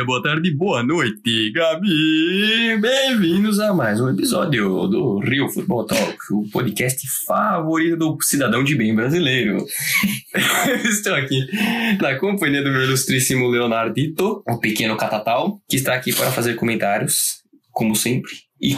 dia, boa tarde, boa noite, Gabi. Bem-vindos a mais um episódio do Rio Futebol Talk, o podcast favorito do cidadão de bem brasileiro. Estou aqui na companhia do meu ilustríssimo Leonardito, o pequeno catatal, que está aqui para fazer comentários, como sempre,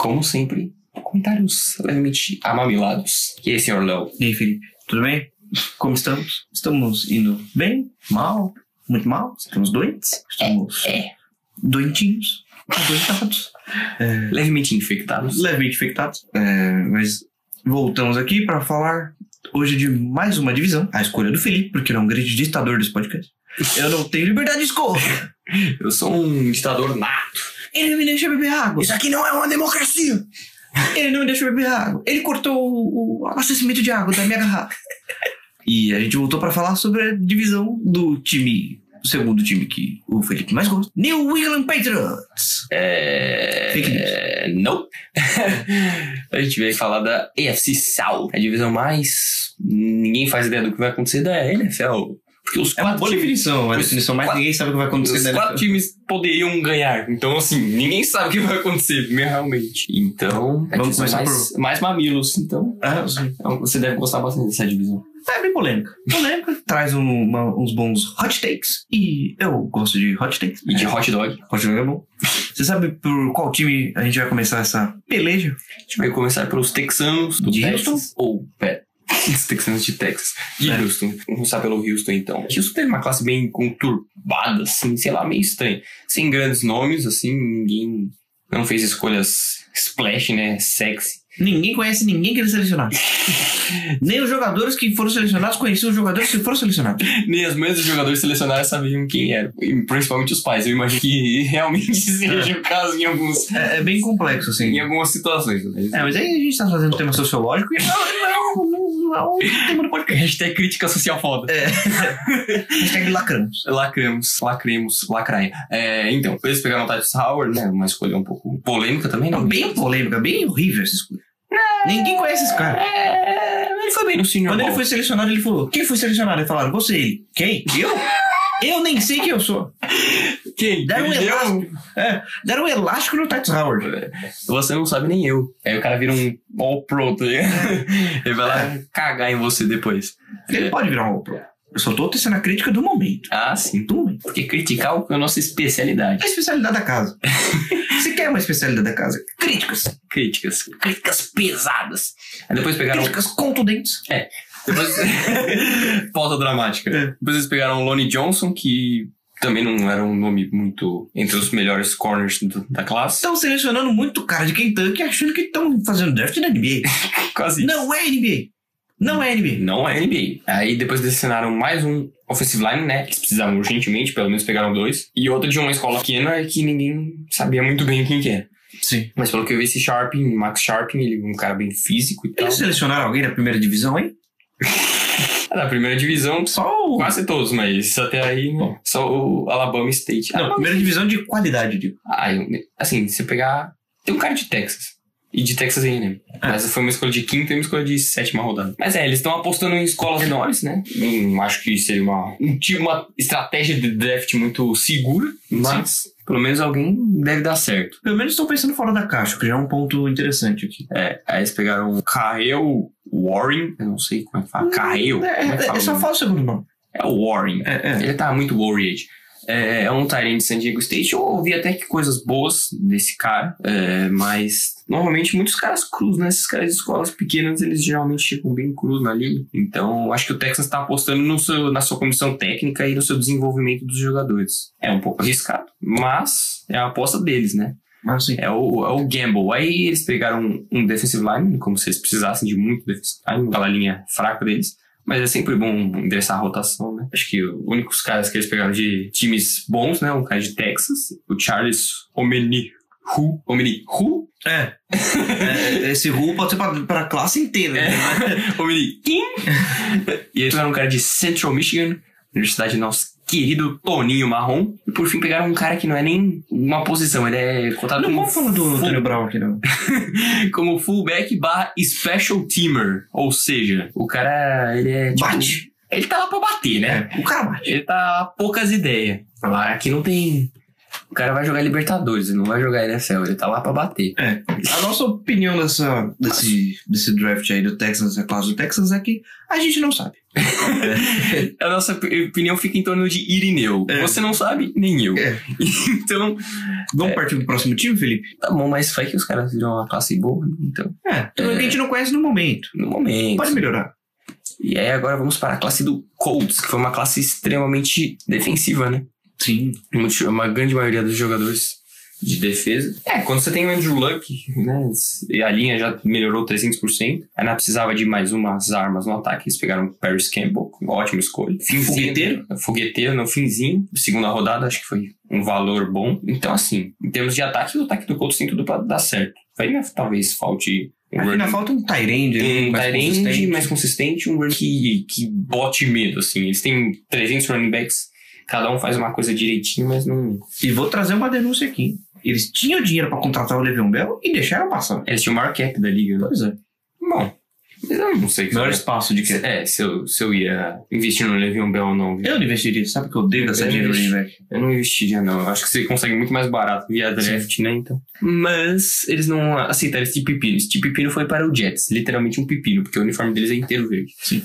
comentários levemente amamilados. E aí, senhor Léo? E aí, Felipe, tudo bem? Como estamos? Estamos indo bem? Mal? Muito mal? Estamos doentes? Estamos doentinhos? Adoentados? Levemente infectados. Levemente infectados. Mas voltamos aqui para falar hoje de mais uma divisão. A escolha do Felipe, porque ele é um grande ditador desse podcast. Eu não tenho liberdade de escolha. Eu sou um ditador nato. Ele não me deixa beber água. Isso aqui não é uma democracia. Ele não me deixa beber água. Ele cortou o abastecimento de água da minha garrafa. E a gente voltou pra falar sobre a divisão do time, o segundo time que o Felipe mais gosta. New England Patriots. Fake news. Não. A gente veio falar da AFC South, a divisão mais... Ninguém faz ideia do que vai acontecer da NFL. Porque os quatro boa definição, mas ninguém sabe o que vai acontecer. Os quatro times poderiam ganhar. Então, assim, ninguém sabe o que vai acontecer, realmente. Então, vamos começar mais mamilos. Então, sim. Você deve gostar bastante dessa divisão. É bem polêmica. Traz uns bons hot takes. E eu gosto de hot takes. E de hot dog. Hot dog é bom. Você sabe por qual time a gente vai começar essa peleja? A gente vai começar pelos Texanos do Texas. Houston? Os Texanos de Texas. De Houston. Vamos começar pelo Houston, então. Houston teve uma classe bem conturbada, assim, sei lá, meio estranha. Sem grandes nomes, assim, ninguém não fez escolhas splash, né, sexy. Ninguém conhece ninguém que eles selecionaram. Nem os jogadores que foram selecionados conheciam os jogadores que foram selecionados. Nem as mães dos jogadores selecionados sabiam quem era. Principalmente os pais. Eu imagino que realmente seja o caso em alguns... É bem complexo, assim. Em algumas situações. Né? Mas aí a gente tá fazendo um tema sociológico e não é um tema do podcast. Hashtag crítica social foda. Hashtag lacramos. Lacraia. Então, eles pegaram o Tytus Howard, né? Uma escolha um pouco polêmica também, não? Bem polêmica, bem horrível essa escolha. Ninguém conhece esse cara. Ele foi bem no Senior Quando Bowl. ele foi selecionado, ele falou: quem foi selecionado? Ele falaram: você. Ele. Quem? Eu? Eu nem sei quem eu sou. Quem? Deram um elástico. Deram um elástico no Tytus Howard. Você não sabe nem eu. Aí o cara vira um All-Pro, tá ligado? Ele vai lá cagar em você depois. Ele pode virar um All-Pro. Eu só tô tecendo a crítica do momento. Ah, sim. Do momento. Porque criticar é a nossa especialidade. É a especialidade da casa. Você quer uma especialidade da casa? Críticas pesadas. Aí depois pegaram... Críticas contundentes. Depois... Pauta dramática. Depois eles pegaram o Lonnie Johnson, que também não era um nome muito entre os melhores corners da classe. Estão selecionando muito cara de Kentucky achando que estão fazendo draft na NBA. Quase isso. Não é NBA. Não é NBA. Aí depois selecionaram mais um offensive line, né? Eles precisavam urgentemente, pelo menos pegaram 2. E outro de uma escola pequena que ninguém sabia muito bem quem que era. Sim. Mas pelo que eu vi, esse Max Sharping, ele é um cara bem físico e tal. Eles selecionaram alguém da primeira divisão, hein? Na primeira divisão, quase todos, mas até aí, né? Só o Alabama State. Não, primeira divisão de qualidade, digo. Assim, se você pegar... Tem um cara de Texas. E de Texas A&M. Mas foi uma escolha de quinta e uma escolha de 7ª rodada. Mas eles estão apostando em escolas menores, né? Acho que seria uma estratégia de draft muito segura. Mas pelo menos alguém deve dar certo. Pelo menos estão pensando fora da caixa, que já é um ponto interessante aqui. Aí eles pegaram o Kyle Warren. Eu não sei como é que fala. Kyle. Eu só falo o segundo nome. É o Warren. Ele tá muito worried. É um tight end de San Diego State. Eu ouvi até que coisas boas desse cara, mas normalmente muitos caras crus, né? Esses caras de escolas pequenas, eles geralmente chegam bem crus na liga. Então, acho que o Texas está apostando na sua comissão técnica e no seu desenvolvimento dos jogadores. É um pouco arriscado, mas é a aposta deles, né? Sim. É o gamble. Aí eles pegaram um defensive line, como se eles precisassem de muito defensive line, aquela linha fraca deles. Mas é sempre bom endereçar a rotação, né? Acho que os únicos caras que eles pegaram de times bons, né? Um cara de Texas, o Charles Omenihu. Esse Hu pode ser pra classe inteira. Né? Omenihu. E eles pegaram um cara de Central Michigan, Universidade do nosso querido Toninho Marrom. E por fim pegaram um cara que não é nem uma posição, ele é cotado como... Não vamos falar do Antônio Brown aqui, não. Como fullback / special teamer. Ou seja, o cara, ele é... Tipo, bate. Ele tá lá pra bater, né? O cara bate. Ele tá poucas ideias. Aqui não tem O cara vai jogar Libertadores, ele não vai jogar NFL, ele tá lá pra bater. A nossa opinião desse draft aí do Texans, a classe do Texans, é que a gente não sabe. A nossa opinião fica em torno de Irineu. Você não sabe, nem eu. Então... Vamos partir pro próximo time, Felipe? Tá bom, mas vai que os caras viram uma classe boa, então... Tudo que a gente não conhece no momento. Pode melhorar. E aí agora vamos para a classe do Colts, que foi uma classe extremamente defensiva, né? Sim. Uma grande maioria dos jogadores de defesa. Quando você tem o Andrew Luck, né? E a linha já melhorou 300%. Ainda precisava de mais umas armas no ataque. Eles pegaram o Paris Campbell, uma ótima escolha. Fogueteiro no finzinho. Segunda rodada, acho que foi um valor bom. Então, assim, em termos de ataque, o ataque do Colts tem tudo pra dar certo. Aí, né, talvez falte... Ainda falta um tight end mais consistente, um running que bote medo, assim. Eles têm 300 running backs, cada um faz uma coisa direitinho, mas não... E vou trazer uma denúncia aqui. Eles tinham dinheiro pra contratar o Le'Veon Bell e deixaram passar. Eles tinham o maior cap da liga, né? Pois é. Bom, eu não sei. Maior espaço de quê? Se eu ia investir no Le'Veon Bell ou não. Eu não investiria. Sabe que eu odeio essa dinheiro running back? Eu não investiria, não. Eu acho que você consegue muito mais barato via draft, né? Então. Mas eles não aceitaram esse tipo de pepino. Esse tipo de pepino foi para o Jets. Literalmente um pepino, porque o uniforme deles é inteiro verde. Sim.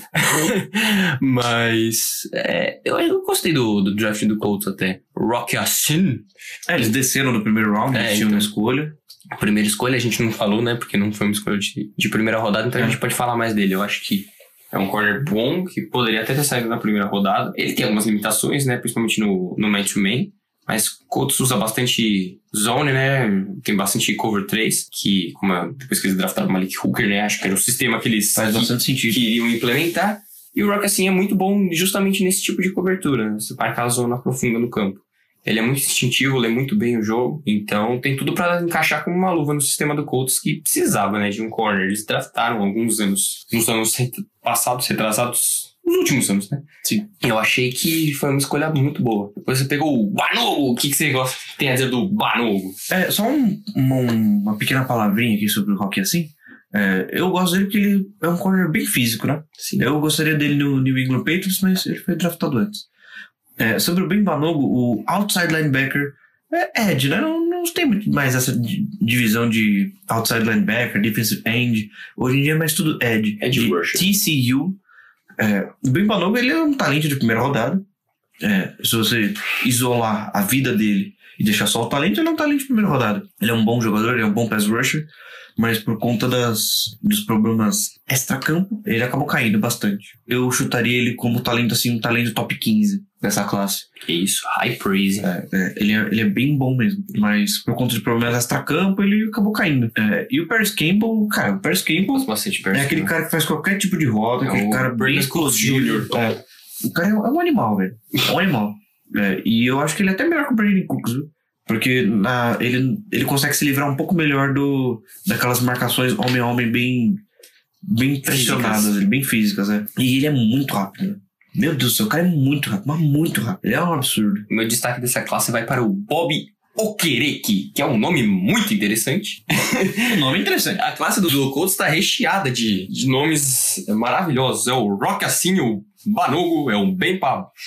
Mas eu gostei do draft do Colts até. Rock Ya-Sin. Eles desceram no primeiro round, eles tinham uma escolha. A primeira escolha a gente não falou, né? Porque não foi uma escolha de primeira rodada, então a gente pode falar mais dele. Eu acho que é um corner bom, que poderia até ter saído na primeira rodada. Ele tem algumas limitações, né? Principalmente no man-to-man. Mas Colts usa bastante zone, né? Tem bastante cover 3, que depois que eles draftaram o Malik Hooker, né? Acho que era o sistema que eles queriam implementar. E o Rock assim é muito bom justamente nesse tipo de cobertura, né? Você marcar a zona profunda no campo. Ele é muito instintivo, lê muito bem o jogo, então tem tudo pra encaixar como uma luva no sistema do Colts que precisava, né, de um corner. Eles draftaram alguns anos, nos anos passados, retrasados, nos últimos anos, né? Sim. Eu achei que foi uma escolha muito boa. Depois você pegou o Banogo. O que você tem a dizer do Banogo? Só uma pequena palavrinha aqui sobre o Rock assim. Eu gosto dele porque ele é um corner bem físico, né? Sim. Eu gostaria dele no New England Patriots, mas ele foi draftado antes. Sobre o Ben Banogo, o outside linebacker é edge, né? Não tem muito mais essa divisão de outside linebacker, defensive end. Hoje em dia é mais tudo edge. Edge rusher. TCU. O Ben Banogo, ele é um talento de primeira rodada. Se você isolar a vida dele e deixar só o talento, ele é um talento de primeira rodada. Ele é um bom jogador, ele é um bom pass rusher, mas por conta dos problemas extra-campo, ele acabou caindo bastante. Eu chutaria ele como talento, assim, um talento top 15 dessa classe. Que isso, high praise. Ele é bem bom mesmo, mas por conta de problemas extra-campo, ele acabou caindo. E o Paris Campbell, cara, é aquele cara que faz qualquer tipo de rota, aquele cara bem explosivo. O cara é um animal, velho. É um animal. E eu acho que ele é até melhor que o Brandon Cooks, viu? Porque ele consegue se livrar um pouco melhor daquelas marcações homem a homem bem pressionadas, bem físicas, né? E ele é muito rápido, né? Meu Deus do céu, o cara é muito rápido, mas muito rápido. Ele é um absurdo. O meu destaque dessa classe vai para o Bob Okereke, que é um nome muito interessante. Um nome interessante. A classe do Colts está recheada de nomes maravilhosos. É o Rock Ya-Sin, o Banogo, é o Ben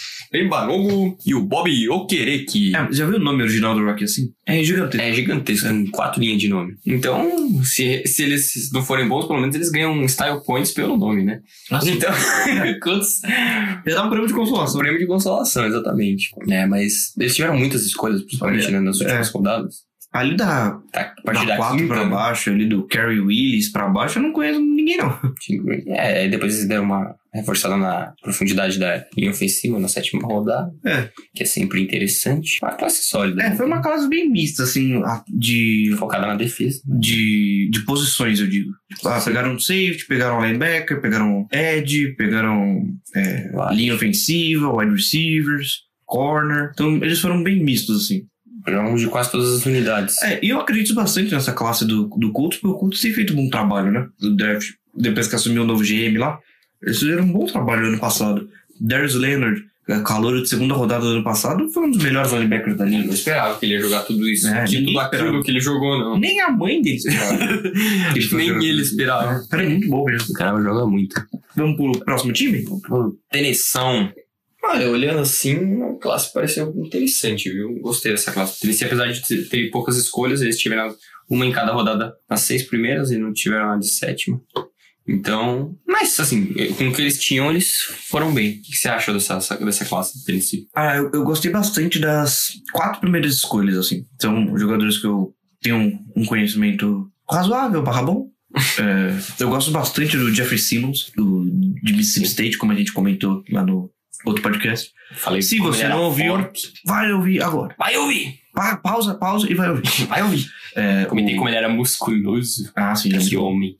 Banogo e o Bob Okereke. Já viu o nome original do Rock Ya-Sin? É gigantesco. É gigantesco, tem 4 linhas de nome. Então, se eles não forem bons, pelo menos eles ganham style points pelo nome, né? Nossa. Então, Colts... Já dá um prêmio de consolação. Prêmio de consolação, exatamente. Mas eles tiveram muitas escolhas, principalmente nas últimas rodadas. Ali da 4 pra baixo, ali do Kerry Willis pra baixo, eu não conheço ninguém, não. Depois eles deram uma reforçada na profundidade da linha ofensiva na 7ª rodada. Que é sempre interessante. Uma classe sólida. Foi uma classe bem mista, assim, focada na defesa. De posições, eu digo. Pegaram safety, pegaram linebacker, pegaram edge, pegaram linha ofensiva, wide receivers, corner. Então, eles foram bem mistos, assim. Pegamos de quase todas as unidades. E eu acredito bastante nessa classe do Colts, porque o Colts tem feito um bom trabalho, né? Do draft, depois que assumiu o novo GM lá. Eles fizeram um bom trabalho no ano passado. Darius Leonard, calouro de 2ª rodada do ano passado, foi um dos melhores linebackers da liga. Eu não esperava que ele ia jogar tudo isso. Tudo aquilo que ele jogou, não. Nem a mãe dele esperava. Nem ele esperava. O cara é muito bom mesmo. O cara joga muito. Vamos pro próximo time? Tennessee. Olha, olhando assim, a classe pareceu interessante, viu? Gostei dessa classe. Apesar de ter poucas escolhas, eles tiveram uma em cada rodada nas 6 primeiras e não tiveram a de 7ª. Então, mas assim, com o que eles tinham, eles foram bem. O que você acha dessa classe, princípio? Eu gostei bastante das 4 primeiras escolhas, assim. São jogadores que eu tenho um conhecimento razoável, bom. Eu gosto bastante do Jeffrey Simmons, de Mississippi State, como a gente comentou lá no outro podcast. Falei. Se você não ouviu, vai ouvir agora. Vai ouvir! Pausa e vai ouvir. Vai ouvir. Comentei como ele era musculoso. Ah, sim. Que homem.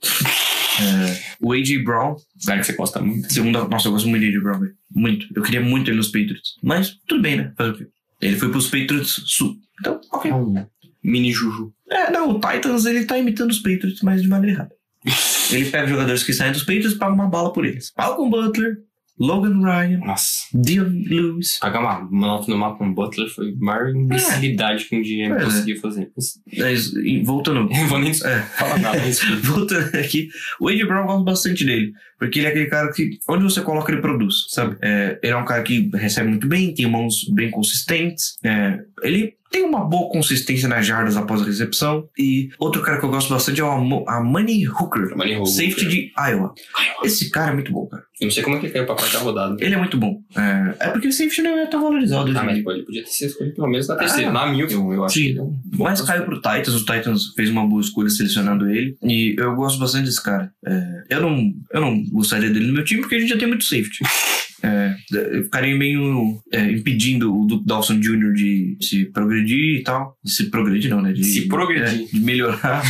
O A.J. Brown. Cara que você gosta muito. Nossa, eu gosto muito do A.J. Brown, velho. Muito. Eu queria muito ele nos Patriots. Mas tudo bem, né? Fazer o quê? Ele foi pros Patriots Sul. Então, ok. Mini Juju. O Titans, ele tá imitando os Patriots, mas de maneira errada. Ele pega jogadores que saem dos Patriots e paga uma bala por eles. Malcolm Butler, Logan Ryan, nossa, Dion Lewis. Pagar uma nota no Malcolm Butler foi a maior imbecilidade que um GM conseguiu fazer. Mas, voltando. Não vou nem falar nada. Voltando aqui, o A.J. Brown, eu gosto bastante dele. Porque ele é aquele cara que, onde você coloca, ele produz, sabe? Ele é um cara que recebe muito bem, tem mãos bem consistentes. Ele tem uma boa consistência nas jardas após a recepção. E outro cara que eu gosto bastante é o Amani Hooker, safety de Iowa. Esse cara é muito bom, cara. Eu não sei como é que ele caiu pra 4ª rodada. Ele é muito bom. Porque o safety não é tão valorizado. Mas ele podia ter sido escolhido pelo menos na terceira. Na minha, eu acho. Sim. Mas caiu pro Titans. Os Titans fez uma boa escolha selecionando ele. E eu gosto bastante desse cara. Eu não gostaria dele no meu time porque a gente já tem muito safety. Eu ficaria meio impedindo o Duke Dawson Jr. de se progredir e tal. De se progredir não, né? Se progredir. De melhorar.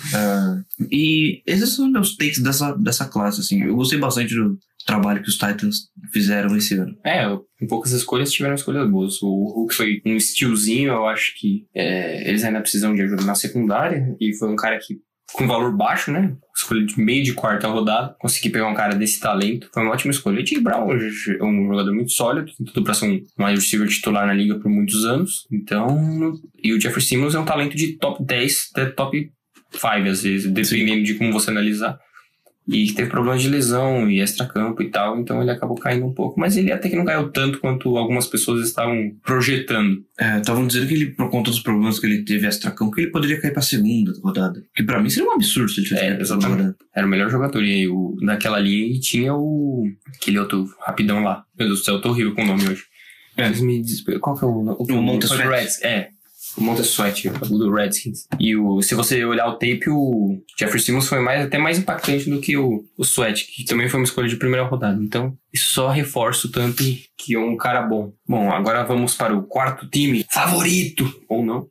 E esses são meus takes dessa classe, assim. Eu gostei bastante do trabalho que os Titans fizeram esse ano. Com poucas escolhas tiveram escolhas boas. O Hulk foi um stealzinho, eu acho que eles ainda precisam de ajuda na secundária. E foi um cara que, com valor baixo, né? Escolha de meio de 4ª rodada. Consegui pegar um cara desse talento. Foi uma ótima escolha. O T. Brown é um jogador muito sólido. Tem tudo pra ser um wide receiver titular na liga por muitos anos. Então... E o Jeffrey Simmons é um talento de top 10 até top 5, às vezes. Dependendo de como você analisar. E teve problemas de lesão e extracampo e tal. Então ele acabou caindo um pouco. Mas ele até que não caiu tanto quanto algumas pessoas estavam projetando. Estavam dizendo que ele, por conta dos problemas que ele teve extracampo, que ele poderia cair pra 2ª rodada. Que pra mim seria um absurdo se ele tivesse caído pra 2ª rodada. Era o melhor jogador. E aí, naquela linha tinha aquele outro rapidão lá. Meu Deus do céu, eu tô horrível com o nome hoje. Qual que é o nome? O Montez Sweat. O Montez Sweat, do Redskins. E se você olhar o tape, o Jeffrey Simmons foi até mais impactante do que o Sweat, que também foi uma escolha de 1ª rodada. Então, isso só reforça o tanto que é um cara bom. Bom, agora vamos para o 4º time favorito, ou não.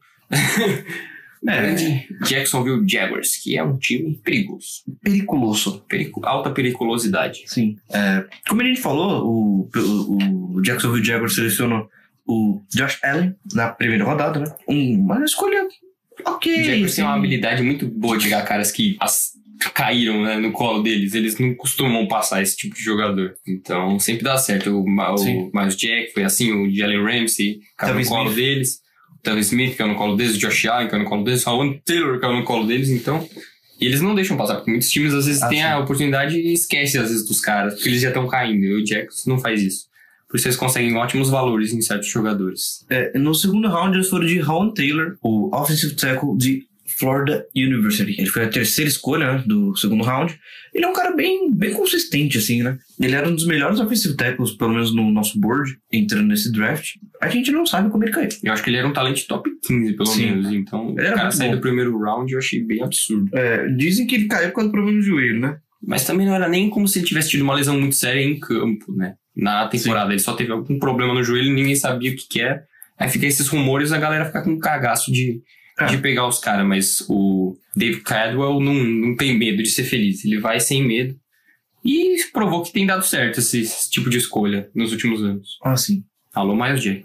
Jacksonville Jaguars, que é um time perigoso. Periculoso. Alta periculosidade. Sim. Como a gente falou, o Jacksonville Jaguars selecionou o Josh Allen na 1ª rodada, né? Uma escolha ok. O Jaguars tem uma habilidade muito boa de pegar caras que caíram, né, no colo deles. Eles não costumam passar esse tipo de jogador. Então sempre dá certo. O Miles Jack foi assim, o Jalen Ramsey caiu no colo deles. O Tevin Smith caiu no colo deles, o Josh Allen caiu no colo deles, o Rawan Taylor caiu no colo deles. Então eles não deixam passar, porque muitos times às vezes têm a oportunidade e esquecem às vezes dos caras, porque eles já estão caindo. E o Jaguars não faz isso. Por isso eles conseguem ótimos valores em certos jogadores. No 2º round eles foram de Rawan Taylor, o offensive tackle de Florida University. Ele foi a 3ª escolha, né, do 2º round. Ele é um cara bem consistente, assim, né? Ele era um dos melhores offensive tackles, pelo menos no nosso board, entrando nesse draft. A gente não sabe como ele caiu. Eu acho que ele era um talento top 15, pelo menos. Então, o cara sair do 1º round eu achei bem absurdo. Dizem que ele caiu por causa do problema no joelho, né? Mas também não era nem como se ele tivesse tido uma lesão muito séria em campo, né? Na temporada. Sim. Ele só teve algum problema no joelho e ninguém sabia o que era. Aí fica esses rumores e a galera fica com um cagaço de pegar os caras. Mas o Dave Caldwell não tem medo de ser feliz. Ele vai sem medo. E provou que tem dado certo esse tipo de escolha nos últimos anos. Sim. Alô, Miles J.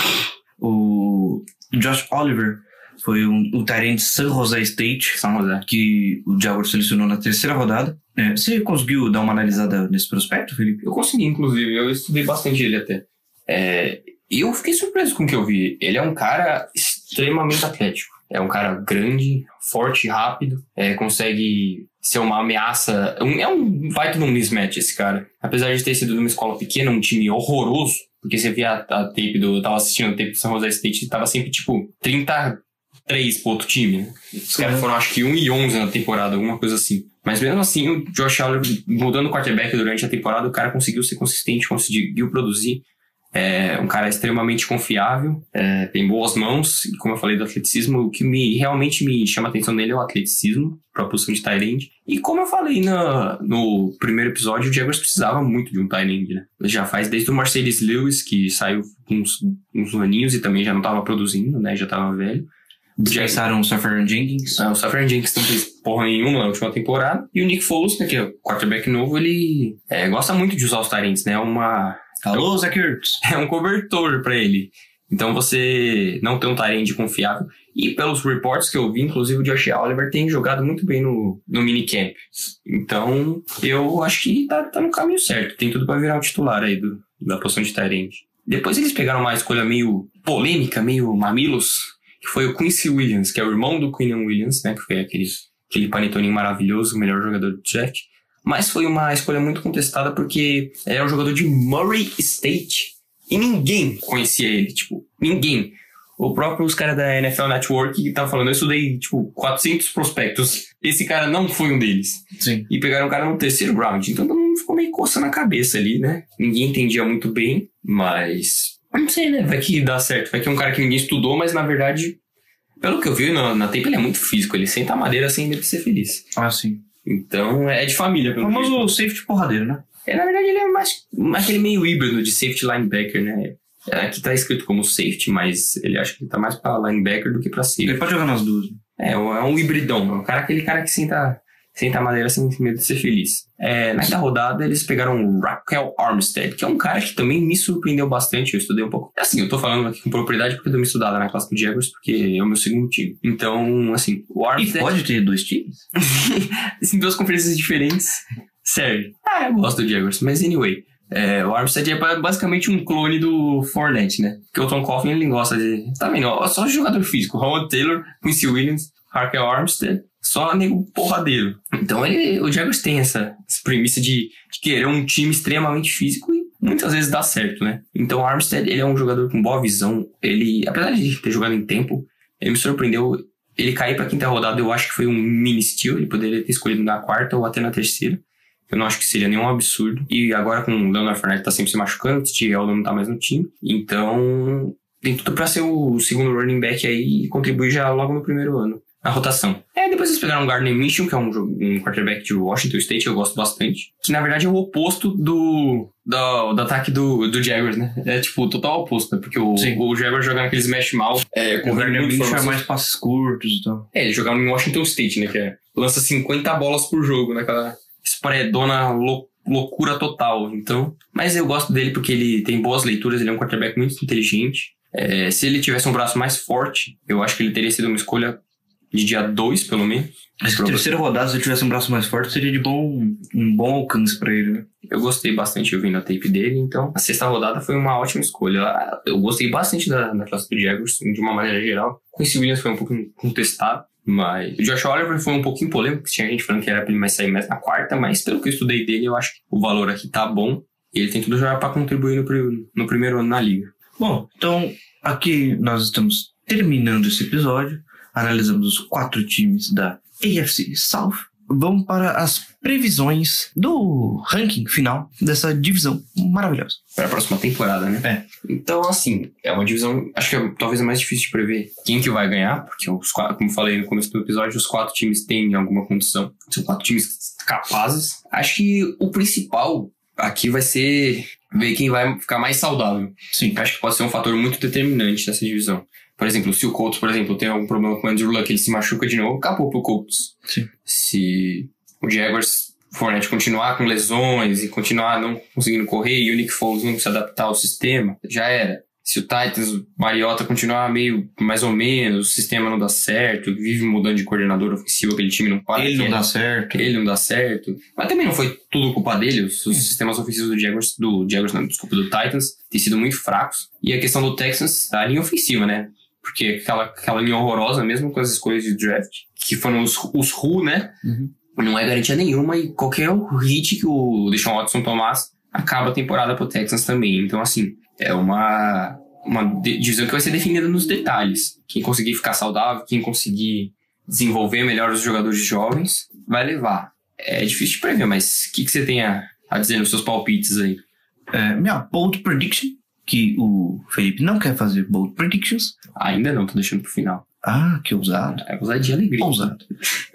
O Josh Oliver foi um tight end de San Jose State. San Jose. Que o Jaguars selecionou na 3ª rodada. Você conseguiu dar uma analisada nesse prospecto, Felipe? Eu consegui, inclusive. Eu estudei bastante ele até. E eu fiquei surpreso com o que eu vi. Ele é um cara extremamente atlético. É um cara grande, forte, rápido. Consegue ser uma ameaça. Vai ter um mismatch esse cara. Apesar de ter sido de uma escola pequena, um time horroroso. Porque você via a tape eu tava assistindo a tape do San Jose State e tava sempre, tipo, 33 pro outro time, né? Os caras foram, acho que 1-11 na temporada, alguma coisa assim. Mas mesmo assim, o Josh Allen, mudando o quarterback durante a temporada, o cara conseguiu ser consistente, conseguiu produzir. É um cara extremamente confiável, tem boas mãos, e como eu falei do atleticismo, o que realmente me chama a atenção nele é o atleticismo, para a posição de tight end. E como eu falei no primeiro episódio, o Jaguars precisava muito de um tight end, né? Já faz desde o Marcellus Lewis, que saiu com uns aninhos e também já não estava produzindo, né? Já estava velho. Dispensaram o Safarian Jenkins. O Safarian Jenkins não fez porra nenhuma na última temporada. E o Nick Foles, né, que é o quarterback novo, ele gosta muito de usar os tight ends, né? Alô, Zach Ertz. É um cobertor pra ele. Então você não tem um tight end confiável. E pelos reports que eu vi, inclusive o Josh Oliver tem jogado muito bem no minicamp. Então eu acho que tá no caminho certo. Tem tudo pra virar o titular aí da posição de tight end. Depois eles pegaram uma escolha meio polêmica, meio mamilos, que foi o Quincy Williams, que é o irmão do Quinnen Williams, né? Que foi aquele panetoninho maravilhoso, o melhor jogador do draft. Mas foi uma escolha muito contestada porque é um jogador de Murray State e ninguém conhecia ele, tipo, ninguém. Os caras da NFL Network que estavam falando, eu estudei, tipo, 400 prospectos. Esse cara não foi um deles. Sim. E pegaram o cara no terceiro round. Então todo mundo ficou meio coçando a cabeça ali, né? Ninguém entendia muito bem, mas... não sei, né? Vai que dá certo. Vai que é um cara que ninguém estudou, mas na verdade, pelo que eu vi na tape, ele é muito físico. Ele senta a madeira sem medo de ser feliz. Ah, sim. Então, é de família, pelo menos. O safety porradeiro, né? Na verdade, ele é mais aquele meio híbrido de safety linebacker, né? Aqui tá escrito como safety, mas ele acha que ele tá mais pra linebacker do que pra safety. Ele pode jogar nas duas. É um hibridão. Aquele cara que senta a madeira sem medo de ser feliz. Na quinta rodada, eles pegaram o Raquel Armstead, que é um cara que também me surpreendeu bastante. Eu estudei um pouco. Assim, eu tô falando aqui com propriedade porque eu dei uma estudada na classe do Jaguars, porque é o meu segundo time. Então, assim, o Armstead... E pode ter dois times? Em duas conferências diferentes, serve. Eu gosto do Jaguars, mas anyway. O Armstead é basicamente um clone do Fournette, né? Porque o Tom Coughlin, ele gosta de... Tá vendo? Só jogador físico. Howard Taylor, Quincy Williams, Raquel Armstead... Só nego porradeiro. Então o Jaguars tem essa premissa de querer um time extremamente físico e muitas vezes dá certo, né? Então o Armstead, ele é um jogador com boa visão. Ele, apesar de ter jogado em tempo, ele me surpreendeu. Ele cair pra quinta rodada, eu acho que foi um mini steal. Ele poderia ter escolhido na quarta ou até na terceira. Eu não acho que seria nenhum absurdo. E agora com o Leonard Fournette tá sempre se machucando, o T. Eldon não tá mais no time. Então tem tudo pra ser o segundo running back aí e contribuir já logo no primeiro ano. A rotação. Depois eles pegaram o Gardner Minshew, que é um quarterback de Washington State, eu gosto bastante. Que na verdade é o oposto do ataque do Jaguars, né? É tipo o total oposto, né? Porque o Jaguars joga naqueles mesh mal. O Gardner Minshew é mais passes curtos e tal. Ele jogava em Washington State, né? Que lança 50 bolas por jogo, naquela spreadona loucura total. Então, mas eu gosto dele porque ele tem boas leituras, ele é um quarterback muito inteligente. Se ele tivesse um braço mais forte, eu acho que ele teria sido uma escolha de dia 2, pelo menos. Mas na terceira rodada, se ele tivesse um braço mais forte, seria de um bom alcance pra ele, né? Eu gostei bastante ouvindo a tape dele, então a sexta rodada foi uma ótima escolha. Eu gostei bastante da classe do Jaguars, de uma maneira geral. O Quincy Williams foi um pouco contestado, mas o Josh Oliver foi um pouquinho polêmico, tinha gente falando que era pra ele mais sair mais na quarta, mas pelo que eu estudei dele, eu acho que o valor aqui tá bom. E ele tem tudo já pra contribuir no primeiro ano na liga. Bom, então aqui nós estamos terminando esse episódio. Analisamos os 4 times da AFC South. Vamos para as previsões do ranking final dessa divisão maravilhosa. Para a próxima temporada, né? Então, assim, é uma divisão... Acho que é talvez a mais difícil de prever quem que vai ganhar, porque os 4, como falei no começo do episódio, os 4 times têm alguma condição. São 4 times capazes. Acho que o principal aqui vai ser ver quem vai ficar mais saudável. Sim. Acho que pode ser um fator muito determinante nessa divisão. Por exemplo, se o Colts, por exemplo, tem algum problema com o Andrew Luck, ele se machuca de novo, acabou pro Colts. Sim. Se o Jaguars, Fournette continuar com lesões e continuar não conseguindo correr e o Nick Foles não se adaptar ao sistema, já era. Se o Titans, o Mariota continuar meio mais ou menos, o sistema não dá certo, vive mudando de coordenador ofensivo, aquele time não para. Ele não dá certo. Ele não dá certo. Mas também não foi tudo culpa dele. Os sistemas ofensivos do Titans têm sido muito fracos. E a questão do Texans, a linha ofensiva, né? Porque aquela linha horrorosa, mesmo com as escolhas de draft, que foram os Who, né? Uhum. Não é garantia nenhuma e qualquer hit que o Deshaun Watson tomasse, acaba a temporada pro Texans também. Então, assim, É uma divisão que vai ser definida nos detalhes. Quem conseguir ficar saudável, quem conseguir desenvolver melhor os jogadores jovens, vai levar. É difícil de prever, mas o que você tem a dizer nos seus palpites aí? Minha bold prediction, que o Felipe não quer fazer bold predictions. Ainda não, tô deixando pro final. Ah, que ousado. É ousadia e alegria. Ousado.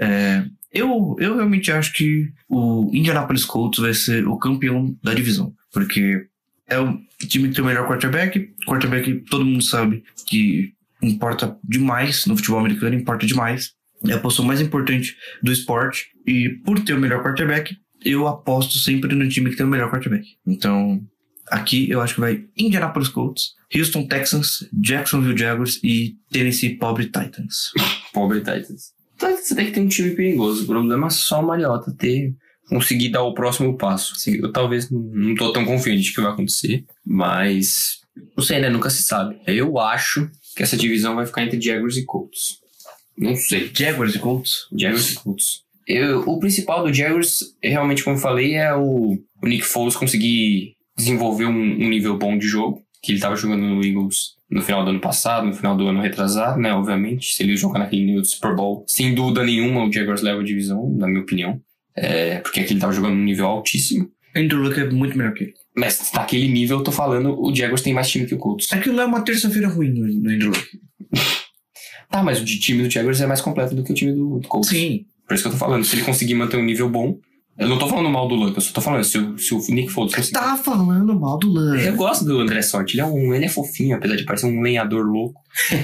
Eu realmente acho que o Indianapolis Colts vai ser o campeão da divisão. Porque é o time que tem o melhor quarterback. Quarterback, todo mundo sabe que importa demais no futebol americano, importa demais. É a posição mais importante do esporte. E por ter o melhor quarterback, eu aposto sempre no time que tem o melhor quarterback. Então, aqui eu acho que vai Indianapolis Colts, Houston Texans, Jacksonville Jaguars e Tennessee Pobre Titans. Pobre Titans. Então, você tem que ter um time perigoso. O problema é só o Mariota conseguir dar o próximo passo. Eu talvez não tô tão confiante de que vai acontecer, mas não sei, né? Nunca se sabe. Eu acho que essa divisão vai ficar entre Jaguars e Colts. Não sei. Jaguars e Colts? Jaguars e Colts. O principal do Jaguars, realmente, como eu falei, é o Nick Foles conseguir desenvolver um nível bom de jogo, que ele estava jogando no Eagles no final do ano passado, no final do ano retrasado, né? Obviamente, se ele jogar naquele nível do Super Bowl, sem dúvida nenhuma, o Jaguars leva a divisão, na minha opinião. Porque aqui ele estava jogando num nível altíssimo. Andrew Luck é muito melhor que ele. Mas naquele nível, eu tô falando, o Jaguars tem mais time que o Colts. Aquilo é uma terça-feira ruim no Andrew Luck. Tá, mas o time do Jaguars é mais completo do que o time do Colts. Sim. Por isso que eu tô falando, se ele conseguir manter um nível bom... Eu não tô falando mal do Luck, eu só tô falando, se o Nick Foles conseguir... Tá falando mal do Luck. Eu gosto do André Sorte, ele é fofinho, apesar de parecer um lenhador louco.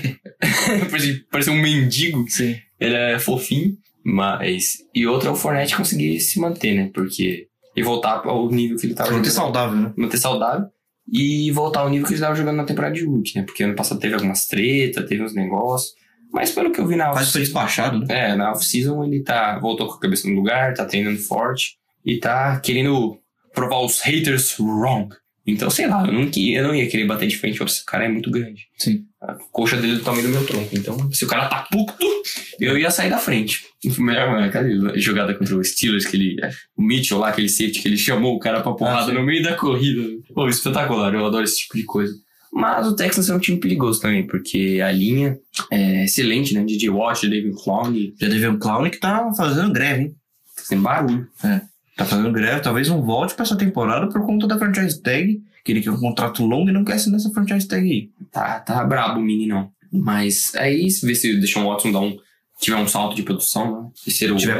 parecer um mendigo. Sim. Ele é fofinho, mas... E outro é o Fournette conseguir se manter, né? Porque... E voltar ao nível que ele tava jogando. Manter saudável, né? Manter saudável. E voltar ao nível que ele tava jogando na temporada de rookie, né? Porque ano passado teve algumas tretas, teve uns negócios... Mas pelo que eu vi na off-season... Quase foi despachado, né? Na off-season ele voltou com a cabeça no lugar, tá treinando forte e tá querendo provar os haters wrong. Então, sei lá, eu não ia querer bater de frente, esse cara é muito grande. Sim. A coxa dele é do tamanho do meu tronco. Então, se o cara tá puto, eu ia sair da frente. Aquela jogada contra o Steelers, o Mitchell lá, aquele safety que ele chamou o cara pra porrada no meio da corrida. Pô, espetacular, eu adoro esse tipo de coisa. Mas o Texans é um time perigoso também, porque a linha é excelente, né? DJ Watt, David Clowney. Já teve um Clowney que tá fazendo greve, hein? Tá fazendo barulho. Tá fazendo greve, talvez não volte pra essa temporada por conta da franchise tag, que ele quer um contrato longo e não quer ser nessa franchise tag aí. Tá brabo o menino. Mas aí, ver se o Deshaun Watson tiver um salto de produção, né? Tiver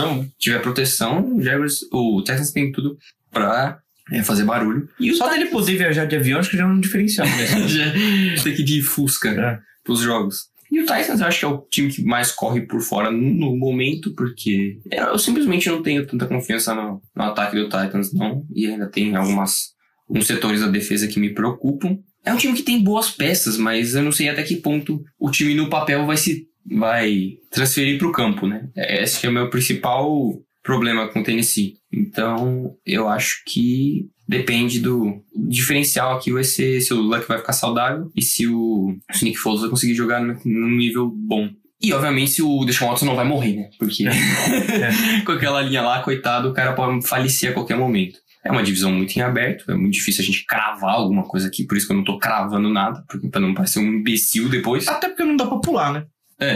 proteção, o Texans tem tudo pra... fazer barulho. E só dele poder viajar de avião, acho que já é um diferencial, né? Já tem que ir de Fusca pros jogos. E o Titans eu acho que é o time que mais corre por fora no momento, porque eu simplesmente não tenho tanta confiança no ataque do Titans, não. E ainda tem alguns setores da defesa que me preocupam. É um time que tem boas peças, mas eu não sei até que ponto o time no papel vai transferir pro campo, né? Esse é o meu principal problema com o Tennessee. Então, eu acho que depende do diferencial aqui vai ser se o Luck vai ficar saudável e se o Nick Foles vai conseguir jogar num nível bom. E, obviamente, se o Deshaun Watson não vai morrer, né? Porque com aquela linha lá, coitado, o cara pode falecer a qualquer momento. É uma divisão muito em aberto, é muito difícil a gente cravar alguma coisa aqui, por isso que eu não tô cravando nada, pra não parecer um imbecil depois. Até porque não dá pra pular, né?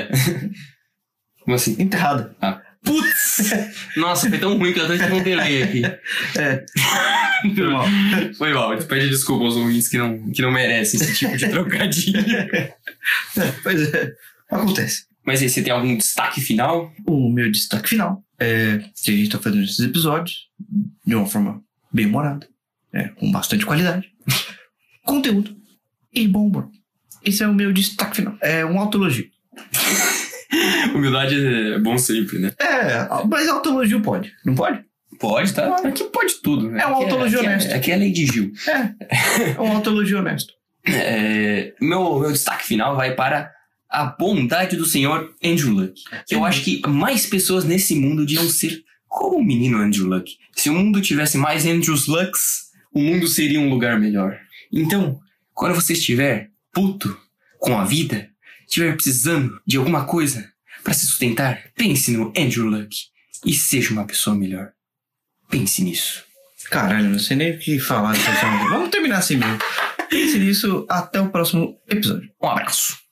Como assim? Enterrada. Putz! Nossa, foi tão ruim que eu até tive um delay aqui. Foi mal. A gente pede desculpa aos ouvintes que não merecem esse tipo de trocadilho. Pois é, acontece. Mas aí, você tem algum destaque final? O meu destaque final é que a gente tá fazendo esses episódios de uma forma bem humorada, com bastante qualidade, conteúdo e bom humor. Esse é o meu destaque final. É um autoelogio. Humildade é bom sempre, né? Mas autoelogio pode, não pode? Pode, tá? Aqui pode tudo, né? É um autoelogio honesto. Aqui é a lei de Gil. É um autoelogio honesto. Meu destaque final vai para a bondade do senhor Andrew Luck. Que eu acho que mais pessoas nesse mundo deviam ser como o menino Andrew Luck. Se o mundo tivesse mais Andrews Lucks, o mundo seria um lugar melhor. Então, quando você estiver puto com a vida, estiver precisando de alguma coisa para se sustentar, pense no Andrew Luck e seja uma pessoa melhor. Pense nisso. Caralho, não sei nem o que falar. Vamos terminar assim mesmo. Pense nisso. Até o próximo episódio. Um abraço.